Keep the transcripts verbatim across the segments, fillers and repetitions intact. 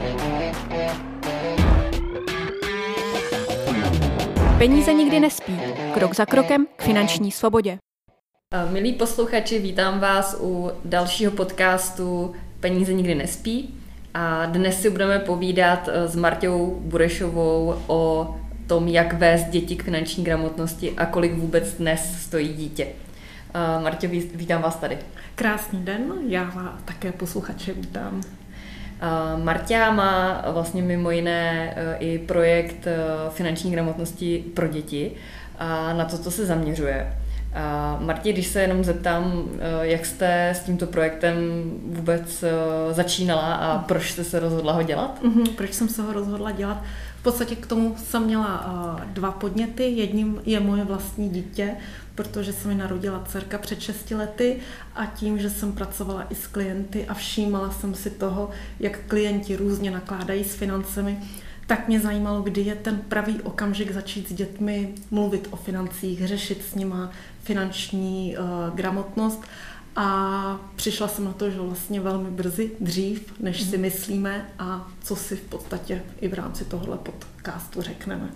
Peníze nikdy nespí. Krok za krokem k finanční svobodě. Milí posluchači, vítám vás u dalšího podcastu Peníze nikdy nespí. A dnes si budeme povídat s Martou Burešovou o tom, jak vést děti k finanční gramotnosti a kolik vůbec dnes stojí dítě. Martě, vítám vás tady. Krásný den, já vás také posluchače vítám. Marta má vlastně mimo jiné i projekt finanční gramotnosti pro děti a na to, co se zaměřuje. Martě, když se jenom zeptám, jak jste s tímto projektem vůbec začínala a proč jste se rozhodla ho dělat? Mm-hmm, proč jsem se ho rozhodla dělat? V podstatě k tomu jsem měla dva podněty. Jedním je moje vlastní dítě, protože se mi narodila dcerka před šesti lety a tím, že jsem pracovala i s klienty a všímala jsem si toho, jak klienti různě nakládají s financemi, tak mě zajímalo, kdy je ten pravý okamžik začít s dětmi mluvit o financích, řešit s nima finanční uh, gramotnost. A přišla jsem na to, že vlastně velmi brzy, dřív, než si myslíme a co si v podstatě i v rámci tohohle podcastu řekneme.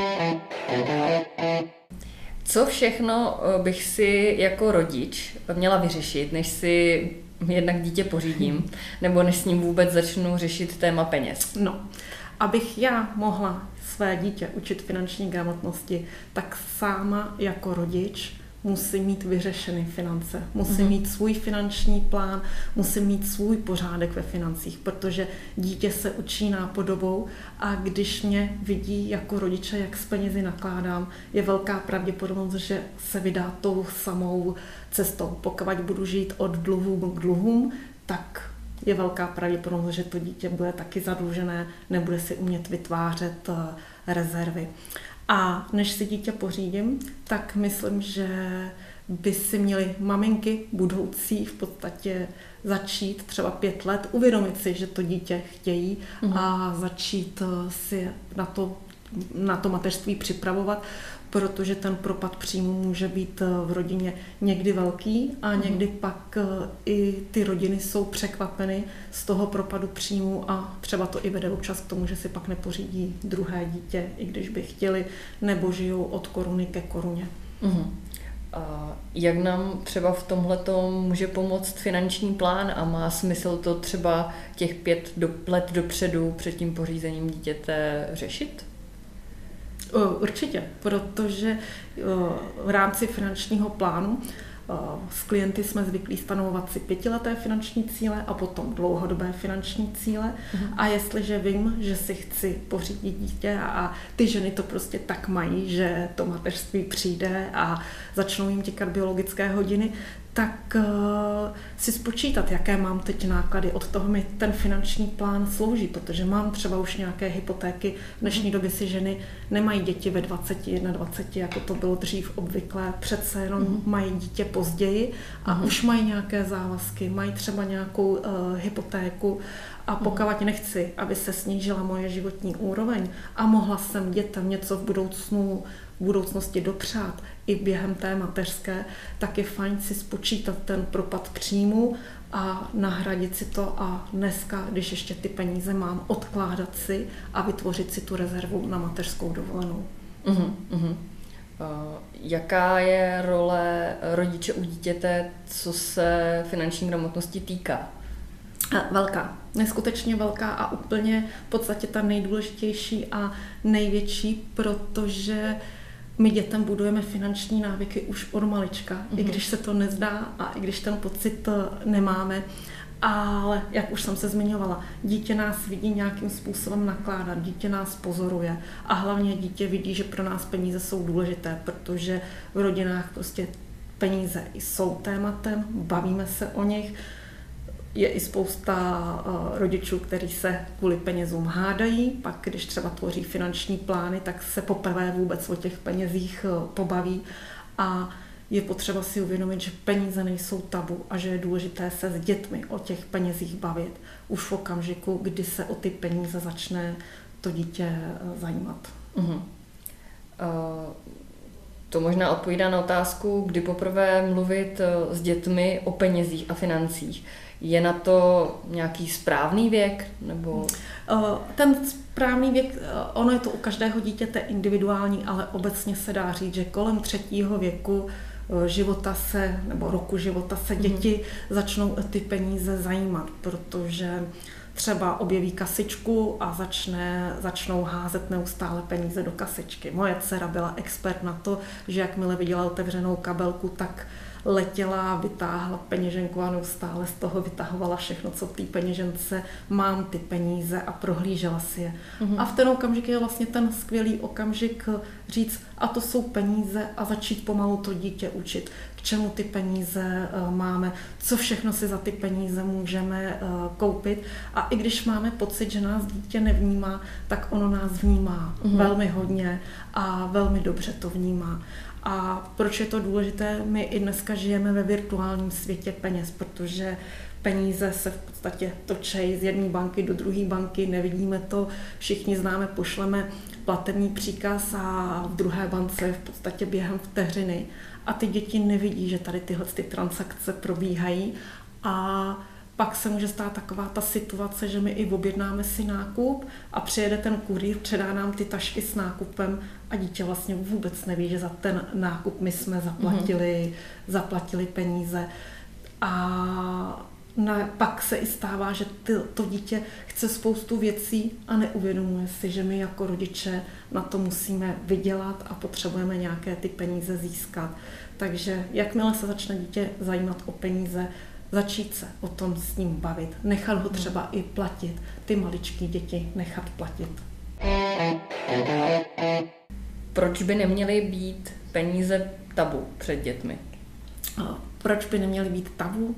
Co všechno bych si jako rodič měla vyřešit, než si jednak dítě pořídím, nebo než s ním vůbec začnu řešit téma peněz? No, abych já mohla své dítě učit finanční gramotnosti, tak sama jako rodič musím mít vyřešený finance, musím mm-hmm. mít svůj finanční plán, musím mít svůj pořádek ve financích, protože dítě se učí nápodobou a když mě vidí jako rodiče, jak s penězi nakládám, je velká pravděpodobnost, že se vydá tou samou cestou. Pokud budu žít od dluhů k dluhům, tak je velká pravděpodobnost, že to dítě bude taky zadlužené, nebude si umět vytvářet rezervy. A než si dítě pořídím, tak myslím, že by si měly maminky budoucí v podstatě začít třeba pět let, uvědomit si, že to dítě chtějí mm. a začít si na to, na to mateřství připravovat, protože ten propad příjmu může být v rodině někdy velký a někdy mm. pak i ty rodiny jsou překvapeny z toho propadu příjmu a třeba to i vede občas k tomu, že si pak nepořídí druhé dítě, i když by chtěli, nebo žijou od koruny ke koruně. Mm. A jak nám třeba v tomhletom může pomoct finanční plán a má smysl to třeba těch pět do, let dopředu před tím pořízením dítěte řešit? Určitě, protože v rámci finančního plánu s klienty jsme zvyklí stanovovat si pětileté finanční cíle a potom dlouhodobé finanční cíle. Mhm. A jestliže vím, že si chci pořídit dítě a ty ženy to prostě tak mají, že to mateřství přijde a začnou jim těkat biologické hodiny, tak uh, si spočítat, jaké mám teď náklady. Od toho mi ten finanční plán slouží, protože mám třeba už nějaké hypotéky. V dnešní době si ženy nemají děti ve dvaceti, dvaceti jedna, jako to bylo dřív obvyklé. Přece jenom mm. mají dítě později a mm. už mají nějaké závazky, mají třeba nějakou uh, hypotéku a pokud nechci, aby se snížila moje životní úroveň a mohla jsem dětem něco v budoucnu v budoucnosti dopřát i během té mateřské, tak je fajn si spočítat ten propad příjmu a nahradit si to a dneska, když ještě ty peníze mám, odkládat si a vytvořit si tu rezervu na mateřskou dovolenou. Uh-huh, uh-huh. Uh, jaká je role rodiče u dítěte, co se finanční gramotnosti týká? Velká, neskutečně velká a úplně v podstatě ta nejdůležitější a největší, protože my dětem budujeme finanční návyky už od malička, mm-hmm. i když se to nezdá a i když ten pocit nemáme. Ale jak už jsem se zmiňovala, dítě nás vidí nějakým způsobem nakládat, dítě nás pozoruje a hlavně dítě vidí, že pro nás peníze jsou důležité, protože v rodinách prostě peníze jsou tématem, bavíme se o nich. Je i spousta uh, rodičů, kteří se kvůli penězům hádají, pak když třeba tvoří finanční plány, tak se poprvé vůbec o těch penězích uh, pobaví a je potřeba si uvědomit, že peníze nejsou tabu a že je důležité se s dětmi o těch penězích bavit už v okamžiku, kdy se o ty peníze začne to dítě uh, zajímat. Uh-huh. Uh... To možná odpovídá na otázku, kdy poprvé mluvit s dětmi o penězích a financích. Je na to nějaký správný věk? Nebo... Ten správný věk, ono je to u každého dítěte individuální, ale obecně se dá říct, že kolem třetího věku života se, nebo roku života se děti mm. začnou ty peníze zajímat, protože třeba objeví kasičku a začne, začnou házet neustále peníze do kasičky. Moje dcera byla expert na to, že jakmile viděla otevřenou kabelku, tak letěla, vytáhla peněženku a neustále z toho vytahovala všechno, co v té peněžence mám, ty peníze a prohlížela si je. Mm-hmm. A v ten okamžik je vlastně ten skvělý okamžik říct, a to jsou peníze a začít pomalu to dítě učit, k čemu ty peníze uh, máme, co všechno si za ty peníze můžeme uh, koupit. A i když máme pocit, že nás dítě nevnímá, tak ono nás vnímá mm-hmm. velmi hodně a velmi dobře to vnímá. A proč je to důležité? My i dneska žijeme ve virtuálním světě peněz, protože peníze se v podstatě točí z jedné banky do druhé banky, nevidíme to, všichni známe, pošleme platební příkaz a v druhé bance v podstatě během vteřiny. A ty děti nevidí, že tady tyhle ty transakce probíhají a pak se může stát taková ta situace, že my i objednáme si nákup a přijede ten kurýr, předá nám ty tašky s nákupem a dítě vlastně vůbec neví, že za ten nákup my jsme zaplatili, mm-hmm. zaplatili peníze. A na, pak se i stává, že ty, to dítě chce spoustu věcí a neuvědomuje si, že my jako rodiče na to musíme vydělat a potřebujeme nějaké ty peníze získat. Takže jakmile se začne dítě zajímat o peníze, začít se o tom s ním bavit, nechat ho třeba i platit, ty maličké děti nechat platit. Proč by neměly být peníze tabu před dětmi? Proč by neměly být tabu?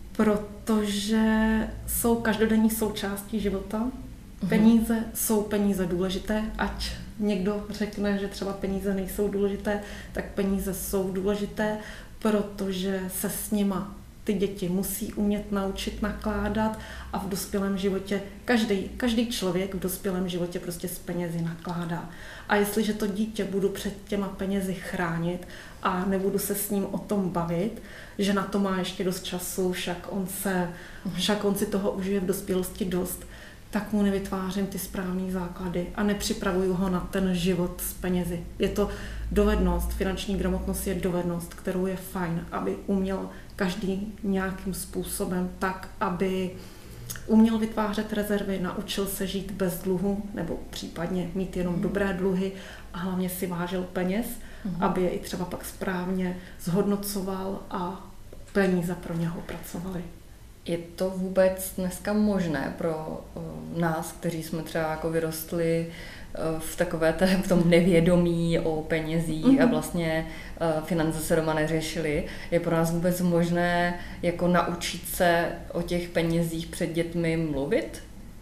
Protože jsou každodenní součástí života. Peníze uh-huh. jsou peníze důležité, ať někdo řekne, že třeba peníze nejsou důležité, tak peníze jsou důležité, protože se s nima ty děti musí umět naučit nakládat a v dospělém životě, každý, každý člověk v dospělém životě prostě s penězi nakládá. A jestliže to dítě budu před těma penězi chránit a nebudu se s ním o tom bavit, že na to má ještě dost času, však on, se, však on si toho užije v dospělosti dost, tak mu nevytvářím ty správné základy a nepřipravuju ho na ten život s penězi. Je to dovednost, finanční gramotnost je dovednost, kterou je fajn, aby uměl každý nějakým způsobem tak, aby uměl vytvářet rezervy, naučil se žít bez dluhu nebo případně mít jenom dobré dluhy a hlavně si vážil peněz, mm-hmm. aby je i třeba pak správně zhodnocoval a peníze pro něho pracovaly. Je to vůbec dneska možné pro nás, kteří jsme třeba jako vyrostli v takové té, v tom nevědomí o penězích mm-hmm. a vlastně finance se doma neřešily? Je pro nás vůbec možné jako naučit se o těch penězích před dětmi mluvit?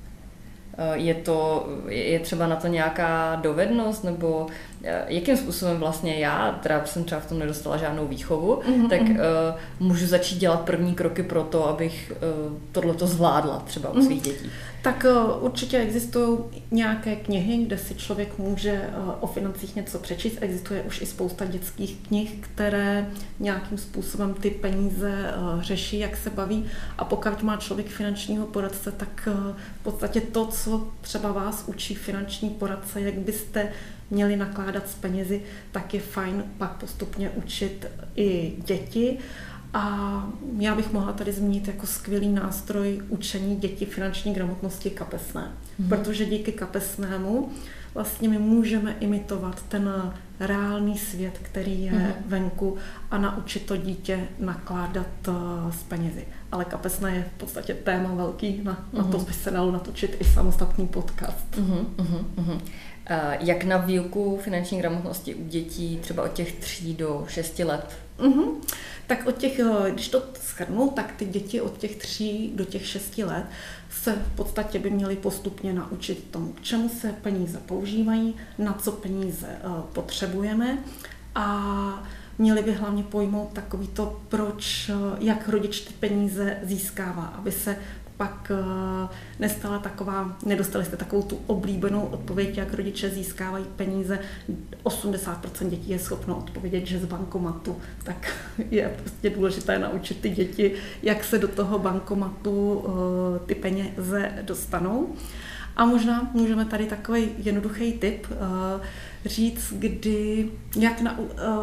Je to, je třeba na to nějaká dovednost, nebo jakým způsobem vlastně já, teda jsem třeba v tom nedostala žádnou výchovu, mm-hmm. tak uh, můžu začít dělat první kroky pro to, abych uh, tohleto zvládla třeba u svých dětí? Tak uh, určitě existují nějaké knihy, kde si člověk může uh, o financích něco přečíst. Existuje už i spousta dětských knih, které nějakým způsobem ty peníze uh, řeší, jak se baví. A pokud má člověk finančního poradce, tak uh, v podstatě to, co třeba vás učí finanční poradce, jak byste měli nakládat s penězi, tak je fajn pak postupně učit i děti. A já bych mohla tady zmínit jako skvělý nástroj učení dětí finanční gramotnosti kapesné. Mm. Protože díky kapesnému vlastně my můžeme imitovat ten reálný svět, který je mm. venku a naučit to dítě nakládat s penězi. Ale kapesné je v podstatě téma velký, na, mm. na to by se dalo natočit i samostatný podcast. Mm, mm, mm. Jak na výuku finanční gramotnosti u dětí třeba od těch tří do šesti let? Mm-hmm. Tak od těch, když to shrnu, tak ty děti od těch tří do těch šesti let se v podstatě by měly postupně naučit tomu, k čemu se peníze používají, na co peníze potřebujeme a měli by hlavně pojmout takový to, proč, jak rodič ty peníze získává, aby se pak nestala taková, nedostali jste takovou tu oblíbenou odpověď, jak rodiče získávají peníze. osmdesát procent dětí je schopno odpovědět, že z bankomatu. Tak je prostě důležité naučit ty děti, jak se do toho bankomatu ty peníze dostanou. A možná můžeme tady takový jednoduchý tip říct, kdy, jak na,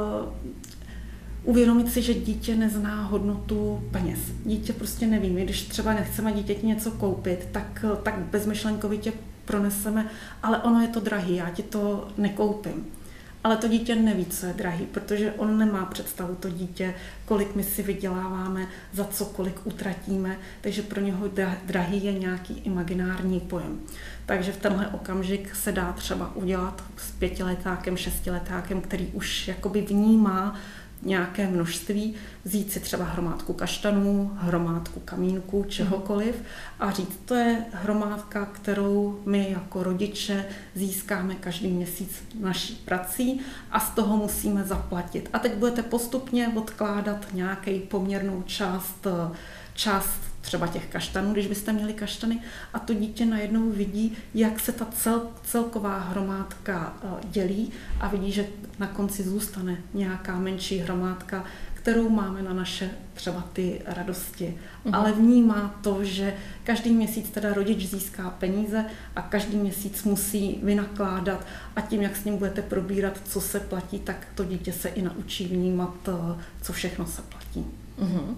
uvědomit si, že dítě nezná hodnotu peněz. Dítě prostě neví. My, když třeba nechceme dítěti něco koupit, tak, tak bezmyšlenkovitě proneseme, ale ono je to drahý, já ti to nekoupím. Ale to dítě neví, co je drahý, protože on nemá představu, to dítě, kolik my si vyděláváme, za co kolik utratíme, takže pro něho drahý je nějaký imaginární pojem. Takže v tenhle okamžik se dá třeba udělat s pětiletákem, šestiletákem, který už jakoby vnímá nějaké množství, vzít si třeba hromádku kaštanů, hromádku kamínků, čehokoliv a říct, to je hromádka, kterou my jako rodiče získáme každý měsíc naší prací a z toho musíme zaplatit. A teď budete postupně odkládat nějaký poměrnou část, část třeba těch kaštanů, když byste měli kaštany, a to dítě najednou vidí, jak se ta cel, celková hromádka dělí a vidí, že na konci zůstane nějaká menší hromádka, kterou máme na naše třeba ty radosti. Mhm. Ale vnímá to, že každý měsíc teda rodič získá peníze a každý měsíc musí vynakládat a tím, jak s ním budete probírat, co se platí, tak to dítě se i naučí vnímat, co všechno se platí. Mhm.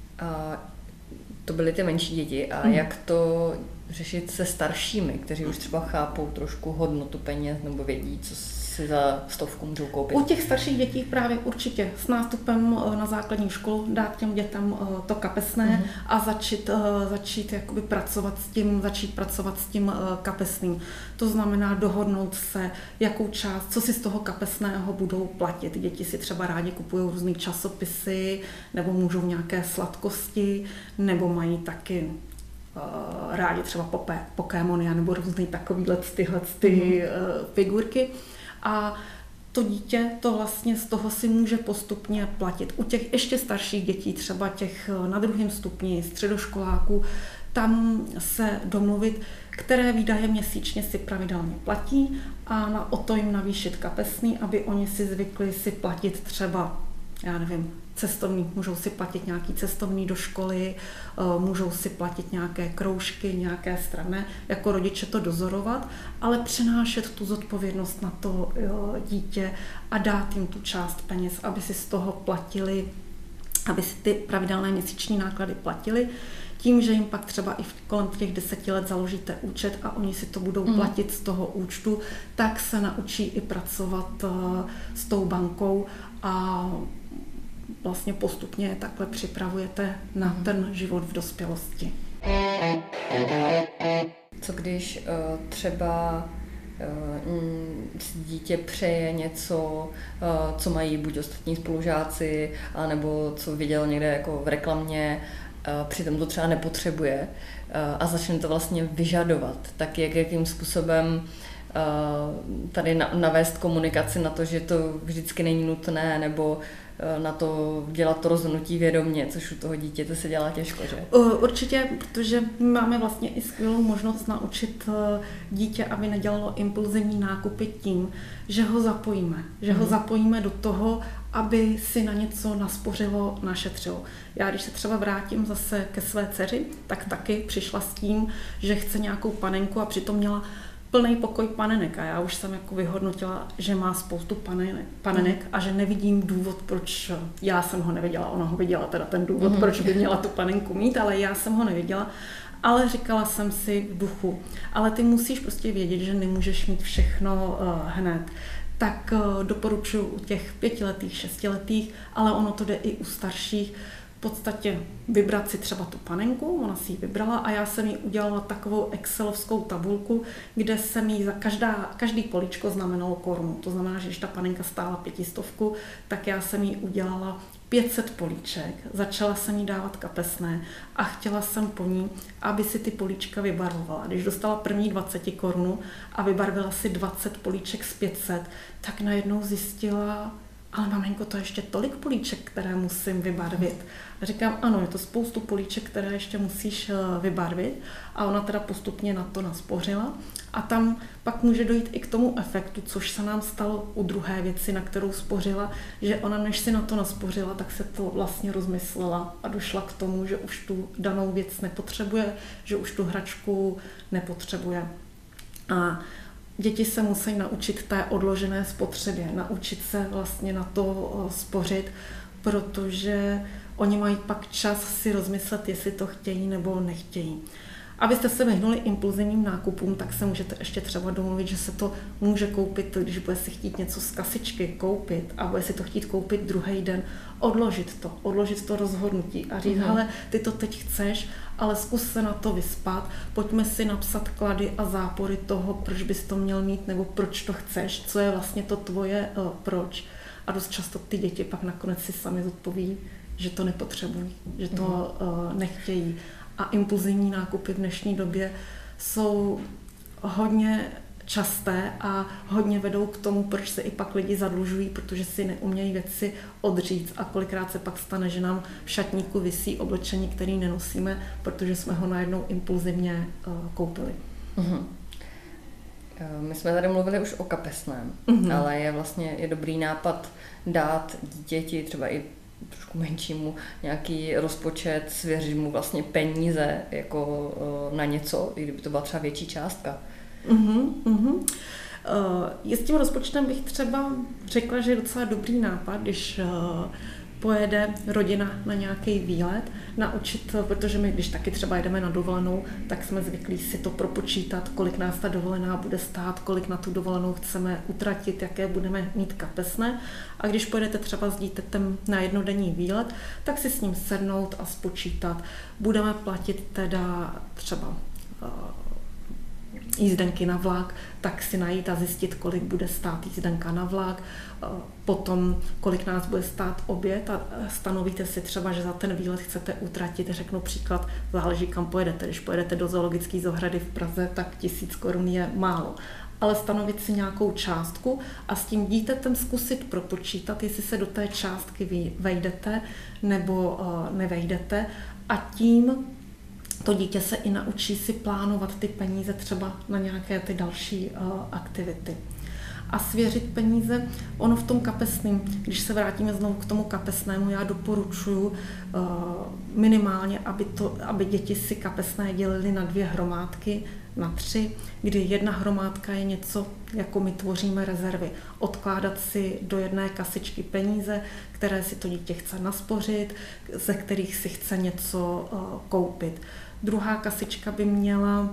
A to byly ty menší děti a hmm. jak to řešit se staršími, kteří už třeba chápou trošku hodnotu peněz nebo vědí, co si za stovku můžou koupit? U těch starších dětí právě určitě s nástupem na základní školu dát těm dětem to kapesné hmm. a začít, začít jakoby pracovat s tím, začít pracovat s tím kapesným. To znamená dohodnout se, jakou část, co si z toho kapesného budou platit. Děti si třeba rádi kupují různý časopisy, nebo můžou nějaké sladkosti, nebo mají taky uh, rádi třeba popé, Pokémony, nebo různý takovýhle tyhle ty uh, figurky. A to dítě to vlastně z toho si může postupně platit. U těch ještě starších dětí, třeba těch na druhém stupni, středoškoláků, tam se domluvit, které výdaje měsíčně si pravidelně platí a na, o to jim navýšit kapesný, aby oni si zvykli si platit třeba, já nevím, cestovní, můžou si platit nějaký cestovní do školy, můžou si platit nějaké kroužky, nějaké strané, jako rodiče to dozorovat, ale přenášet tu zodpovědnost na to jo, dítě a dát jim tu část peněz, aby si z toho platili, aby si ty pravidelné měsíční náklady platili. Tím, že jim pak třeba i kolem těch deseti let založíte účet a oni si to budou mm. platit z toho účtu, tak se naučí i pracovat uh, s tou bankou a vlastně postupně takhle připravujete na mm. ten život v dospělosti. Co když uh, třeba uh, dítě přeje něco, uh, co mají buď ostatní spolužáci, anebo co viděl někde jako v reklamě, přitom to třeba nepotřebuje a začne to vlastně vyžadovat, tak jak, jakým způsobem tady navést komunikaci na to, že to vždycky není nutné, nebo na to dělat to rozhodnutí vědomě, což u toho dítěte se dělá těžko, že? Určitě, protože máme vlastně i skvělou možnost naučit dítě, aby nedělalo impulzivní nákupy tím, že ho zapojíme. Že ho zapojíme do toho, aby si na něco naspořilo, našetřilo. Já když se třeba vrátím zase ke své dceři, tak taky přišla s tím, že chce nějakou panenku a přitom měla plný pokoj panenek a já už jsem jako vyhodnotila, že má spoustu panenek, panenek a že nevidím důvod, proč já jsem ho neviděla. Ona ho viděla, teda ten důvod, mm. proč by měla tu panenku mít, ale já jsem ho neviděla. Ale říkala jsem si v duchu, ale ty musíš prostě vědět, že nemůžeš mít všechno uh, hned. Tak uh, doporučuji u těch pětiletých, šestiletých, ale ono to jde i u starších, v podstatě vybrat si třeba tu panenku, ona si ji vybrala a já jsem jí udělala takovou excelovskou tabulku, kde jsem jí za každá, každý políčko znamenalo korunu. To znamená, že když ta panenka stála pětistovku, tak já jsem jí udělala pět set políček, začala jsem jí dávat kapesné a chtěla jsem po ní, aby si ty políčka vybarvovala. Když dostala první dvacet korun a vybarvila si dvacet políček z pět set, tak najednou zjistila, ale maminko, to je ještě tolik políček, které musím vybarvit. A říkám, ano, je to spoustu políček, které ještě musíš vybarvit. A ona teda postupně na to naspořila. A tam pak může dojít i k tomu efektu, což se nám stalo u druhé věci, na kterou spořila, že ona, než si na to naspořila, tak se to vlastně rozmyslela a došla k tomu, že už tu danou věc nepotřebuje, že už tu hračku nepotřebuje. A děti se musí naučit té odložené spotřebě, naučit se vlastně na to spořit, protože oni mají pak čas si rozmyslet, jestli to chtějí nebo nechtějí. Abyste se vyhnuli impulzivním nákupům, tak se můžete ještě třeba domluvit, že se to může koupit, když bude si chtít něco z kasičky koupit a bude si to chtít koupit druhý den, odložit to, odložit to rozhodnutí a říct, hele, mm. ty to teď chceš, ale zkus se na to vyspat, pojďme si napsat klady a zápory toho, proč bys to měl mít, nebo proč to chceš, co je vlastně to tvoje uh, proč. A dost často ty děti pak nakonec si sami zodpoví, že to nepotřebují, že to uh, nechtějí. A impulzivní nákupy v dnešní době jsou hodně časté a hodně vedou k tomu, proč se i pak lidi zadlužují, protože si neumějí věci odříct a kolikrát se pak stane, že nám v šatníku visí oblečení, který nenosíme, protože jsme ho najednou impulzivně uh, koupili. Uh-huh. My jsme tady mluvili už o kapesném, uh-huh. ale je vlastně je dobrý nápad dát dítěti třeba i trošku menšímu nějaký rozpočet, svěřit mu vlastně peníze jako na něco, i kdyby to byla třeba větší částka. Uh-huh, uh-huh. Uh, je s tím rozpočtem bych třeba řekla, že je docela dobrý nápad, když uh, pojede rodina na nějaký výlet, naučit, protože my, když taky třeba jedeme na dovolenou, tak jsme zvyklí si to propočítat, kolik nás ta dovolená bude stát, kolik na tu dovolenou chceme utratit, jaké budeme mít kapesné. A když pojedete třeba s dítětem na jednodenní výlet, tak si s ním sednout a spočítat. Budeme platit teda třeba uh, jízdenky na vlak, tak si najít a zjistit, kolik bude stát jízdenka na vlak, potom kolik nás bude stát oběd a stanovíte si třeba, že za ten výlet chcete utratit, řeknu příklad, záleží kam pojedete. Když pojedete do zoologické zahrady v Praze, tak tisíc korun je málo. Ale stanovit si nějakou částku a s tím dítětem zkusit propočítat, jestli se do té částky vejdete nebo nevejdete a tím to dítě se i naučí si plánovat ty peníze třeba na nějaké ty další uh, aktivity. A svěřit peníze, ono v tom kapesném, když se vrátíme znovu k tomu kapesnému, já doporučuji uh, minimálně, aby, to, aby děti si kapesné dělily na dvě hromádky, na tři, kdy jedna hromádka je něco, jako my tvoříme rezervy. Odkládat si do jedné kasičky peníze, které si to dítě chce naspořit, ze kterých si chce něco uh, koupit. Druhá kasička by měla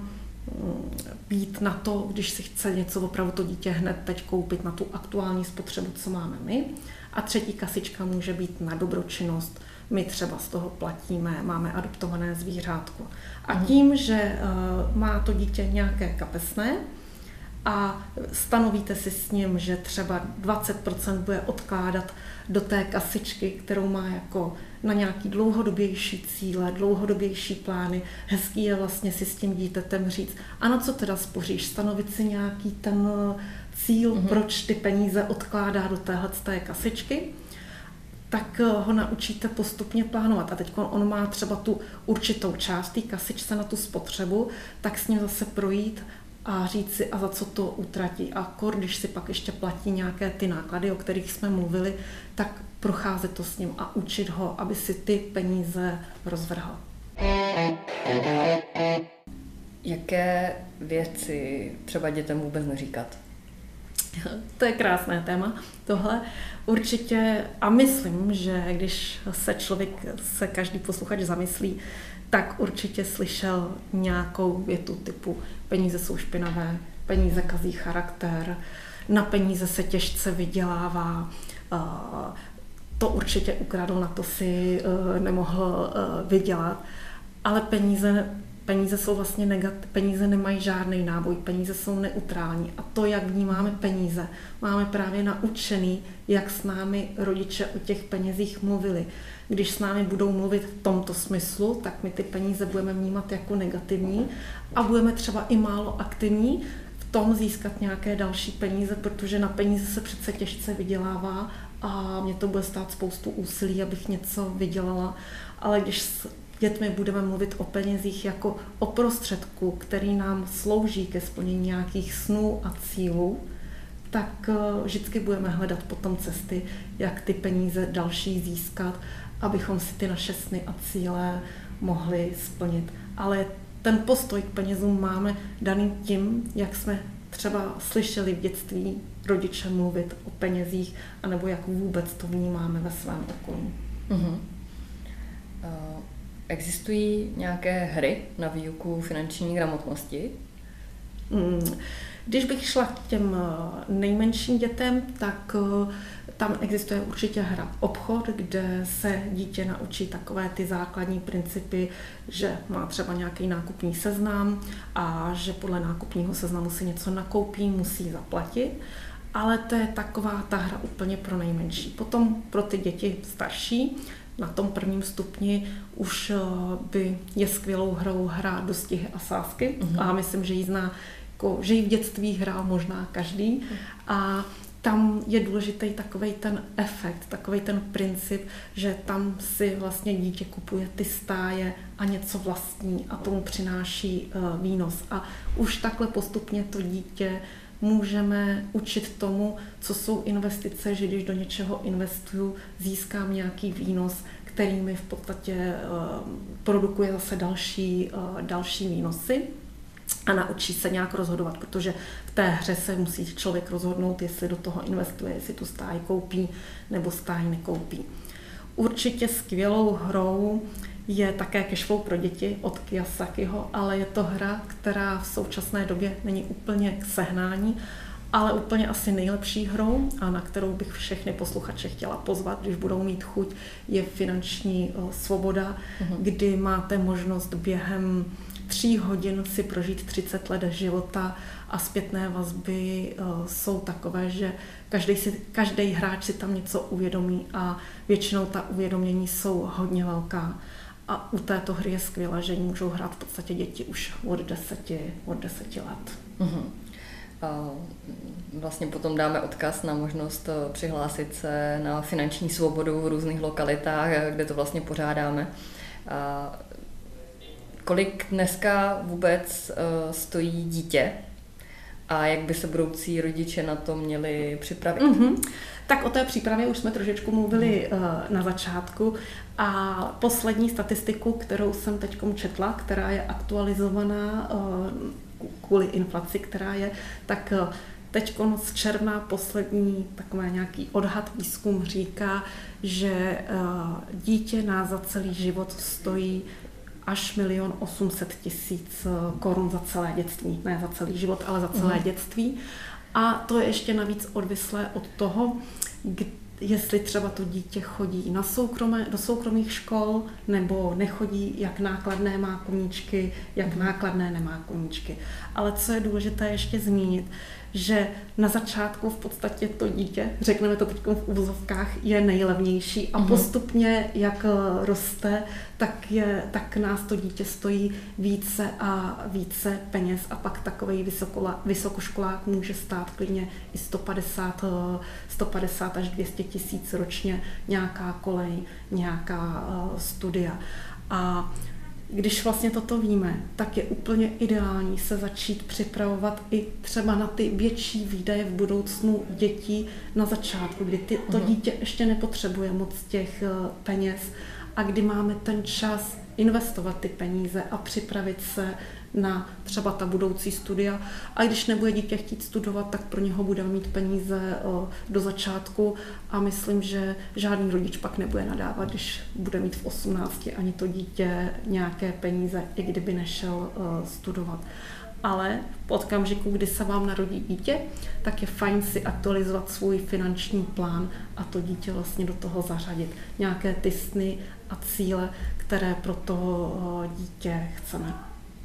být na to, když si chce něco opravdu to dítě hned teď koupit na tu aktuální spotřebu, co máme my. A třetí kasička může být na dobročinnost. My třeba z toho platíme, máme adoptované zvířátko. A tím, že uh, má to dítě nějaké kapesné a stanovíte si s ním, že třeba dvacet procent bude odkládat do té kasičky, kterou má jako na nějaký dlouhodobější cíle, dlouhodobější plány. Hezký je vlastně si s tím dítětem říct, a na co teda spoříš, stanovit si nějaký ten cíl, mm-hmm. proč ty peníze odkládá do téhle té kasičky, tak ho naučíte postupně plánovat. A teď on má třeba tu určitou část té kasičce na tu spotřebu, tak s ním zase projít a říct si, a za co to utratí. A kor, když si pak ještě platí nějaké ty náklady, o kterých jsme mluvili, tak procházet to s ním a učit ho, aby si ty peníze rozvrhl. Jaké věci třeba dětem vůbec neříkat? To je krásné téma, tohle. Určitě, a myslím, že když se člověk, se každý posluchač zamyslí, tak určitě slyšel nějakou větu typu peníze jsou špinavé, peníze kazí charakter, na peníze se těžce vydělává, to určitě ukradl, na to si nemohl vydělat, ale peníze Peníze jsou vlastně negativní, peníze nemají žádný náboj, peníze jsou neutrální. A to, jak vnímáme peníze, máme právě naučený, jak s námi rodiče o těch penězích mluvili. Když s námi budou mluvit v tomto smyslu, tak my ty peníze budeme vnímat jako negativní a budeme třeba i málo aktivní v tom získat nějaké další peníze, protože na peníze se přece těžce vydělává a mě to bude stát spoustu úsilí, abych něco vydělala, ale když s dětmi budeme mluvit o penězích jako o prostředku, který nám slouží ke splnění nějakých snů a cílů, tak vždycky budeme hledat potom cesty, jak ty peníze další získat, abychom si ty naše sny a cíle mohli splnit. Ale ten postoj k penězům máme daný tím, jak jsme třeba slyšeli v dětství rodiče mluvit o penězích, anebo jak vůbec to vnímáme ve svém okolí. Uh-huh. Uh, existují nějaké hry na výuku finanční gramotnosti? Hmm. Když bych šla k těm nejmenším dětem, tak tam existuje určitě hra obchod, kde se dítě naučí takové ty základní principy, že má třeba nějaký nákupní seznam a že podle nákupního seznamu si něco nakoupí, musí zaplatit. Ale to je taková ta hra úplně pro nejmenší. Potom pro ty děti starší, na tom prvním stupni už by je skvělou hrou hra Dostihy a sázky. Mm-hmm. A myslím, že ji zná, jako, že ji v dětství hrál možná každý. A tam je důležitý takovej ten efekt, takovej ten princip, že tam si vlastně dítě kupuje ty stáje a něco vlastní a tomu přináší uh, výnos. A už takhle postupně to dítě můžeme učit tomu, co jsou investice, že když do něčeho investuju, získám nějaký výnos, který mi v podstatě uh, produkuje zase další, uh, další výnosy. A naučí se nějak rozhodovat, protože v té hře se musí člověk rozhodnout, jestli do toho investuje, jestli tu stáj koupí nebo stáj nekoupí. Určitě skvělou hrou je také Cashflow pro děti od Kiyosakiho, ale je to hra, která v současné době není úplně k sehnání, ale úplně asi nejlepší hrou a na kterou bych všechny posluchače chtěla pozvat, když budou mít chuť, je Finanční svoboda, mhm. kdy máte možnost během tří hodin si prožít třicet let života a zpětné vazby uh, jsou takové, že každý, si, každý hráč si tam něco uvědomí a většinou ta uvědomění jsou hodně velká. A u této hry je skvělé, že ji můžou hrát v podstatě děti už od deseti, od deseti let. Uh-huh. A vlastně potom dáme odkaz na možnost přihlásit se na Finanční svobodu v různých lokalitách, kde to vlastně pořádáme. A kolik dneska vůbec uh, stojí dítě a jak by se budoucí rodiče na to měli připravit? Mm-hmm. Tak o té přípravě už jsme trošičku mluvili uh, na začátku a poslední statistiku, kterou jsem teďkom četla, která je aktualizovaná uh, kvůli inflaci, která je, tak uh, teďkon z června poslední takový nějaký odhad, výzkum říká, že uh, dítě nás za celý život stojí až milion osm set tisíc korun za celé dětství. Ne za celý život, ale za celé mm. dětství. A to je ještě navíc odvislé od toho, kdy, jestli třeba to dítě chodí na soukromé, do soukromých škol, nebo nechodí, jak nákladné má koníčky, jak nákladné nemá koníčky. Ale co je důležité ještě zmínit, že na začátku v podstatě to dítě, řekneme to teď v uvozovkách, je nejlevnější a postupně, jak roste, tak, je, tak nás to dítě stojí více a více peněz a pak takovej vysokoškolák může stát klidně i sto padesát až dvě stě tisíc ročně, nějaká kolej, nějaká uh, studia. A když vlastně toto víme, tak je úplně ideální se začít připravovat i třeba na ty větší výdaje v budoucnu dětí na začátku, kdy ty, to dítě ještě nepotřebuje moc těch peněz a kdy máme ten čas investovat ty peníze a připravit se na třeba ta budoucí studia. A když nebude dítě chtít studovat, tak pro něho budeme mít peníze do začátku a myslím, že žádný rodič pak nebude nadávat, když bude mít v osmnácti ani to dítě nějaké peníze, i kdyby nešel studovat. Ale v okamžiku, kdy se vám narodí dítě, tak je fajn si aktualizovat svůj finanční plán a to dítě vlastně do toho zařadit. Nějaké ty sny a cíle, které pro to dítě chceme.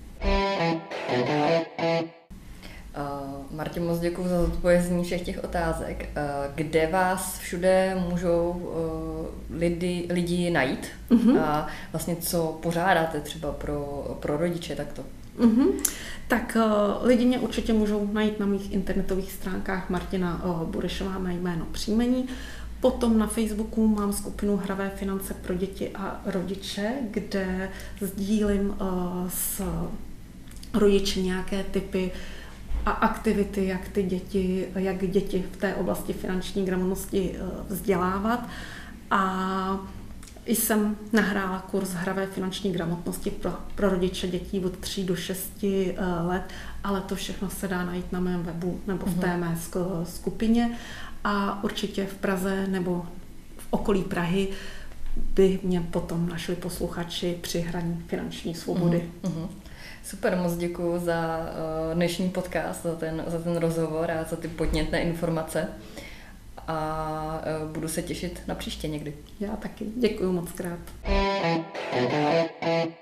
Uh, Martě, moc děkuji za zodpovězení všech těch otázek. Uh, kde vás všude můžou uh, lidi, lidi najít? Uh-huh. A vlastně co pořádáte třeba pro, pro rodiče takto? Uh-huh. Tak uh, lidi mě určitě můžou najít na mých internetových stránkách Martina uh, Burešová, mé jméno, příjmení. Potom na Facebooku mám skupinu Hravé finance pro děti a rodiče, kde sdílím s rodiči nějaké typy a aktivity, jak ty děti, jak děti v té oblasti finanční gramotnosti vzdělávat. A jsem nahrála kurz Hravé finanční gramotnosti pro, pro rodiče dětí od tří do šesti let, ale to všechno se dá najít na mém webu nebo v té mé skupině. A určitě v Praze nebo v okolí Prahy by mě potom našli posluchači při hraní finanční svobody. Uhum. Super, moc děkuji za dnešní podcast, za ten, za ten rozhovor a za ty podnětné informace. A budu se těšit na příště někdy. Já taky. Děkuji moc krát.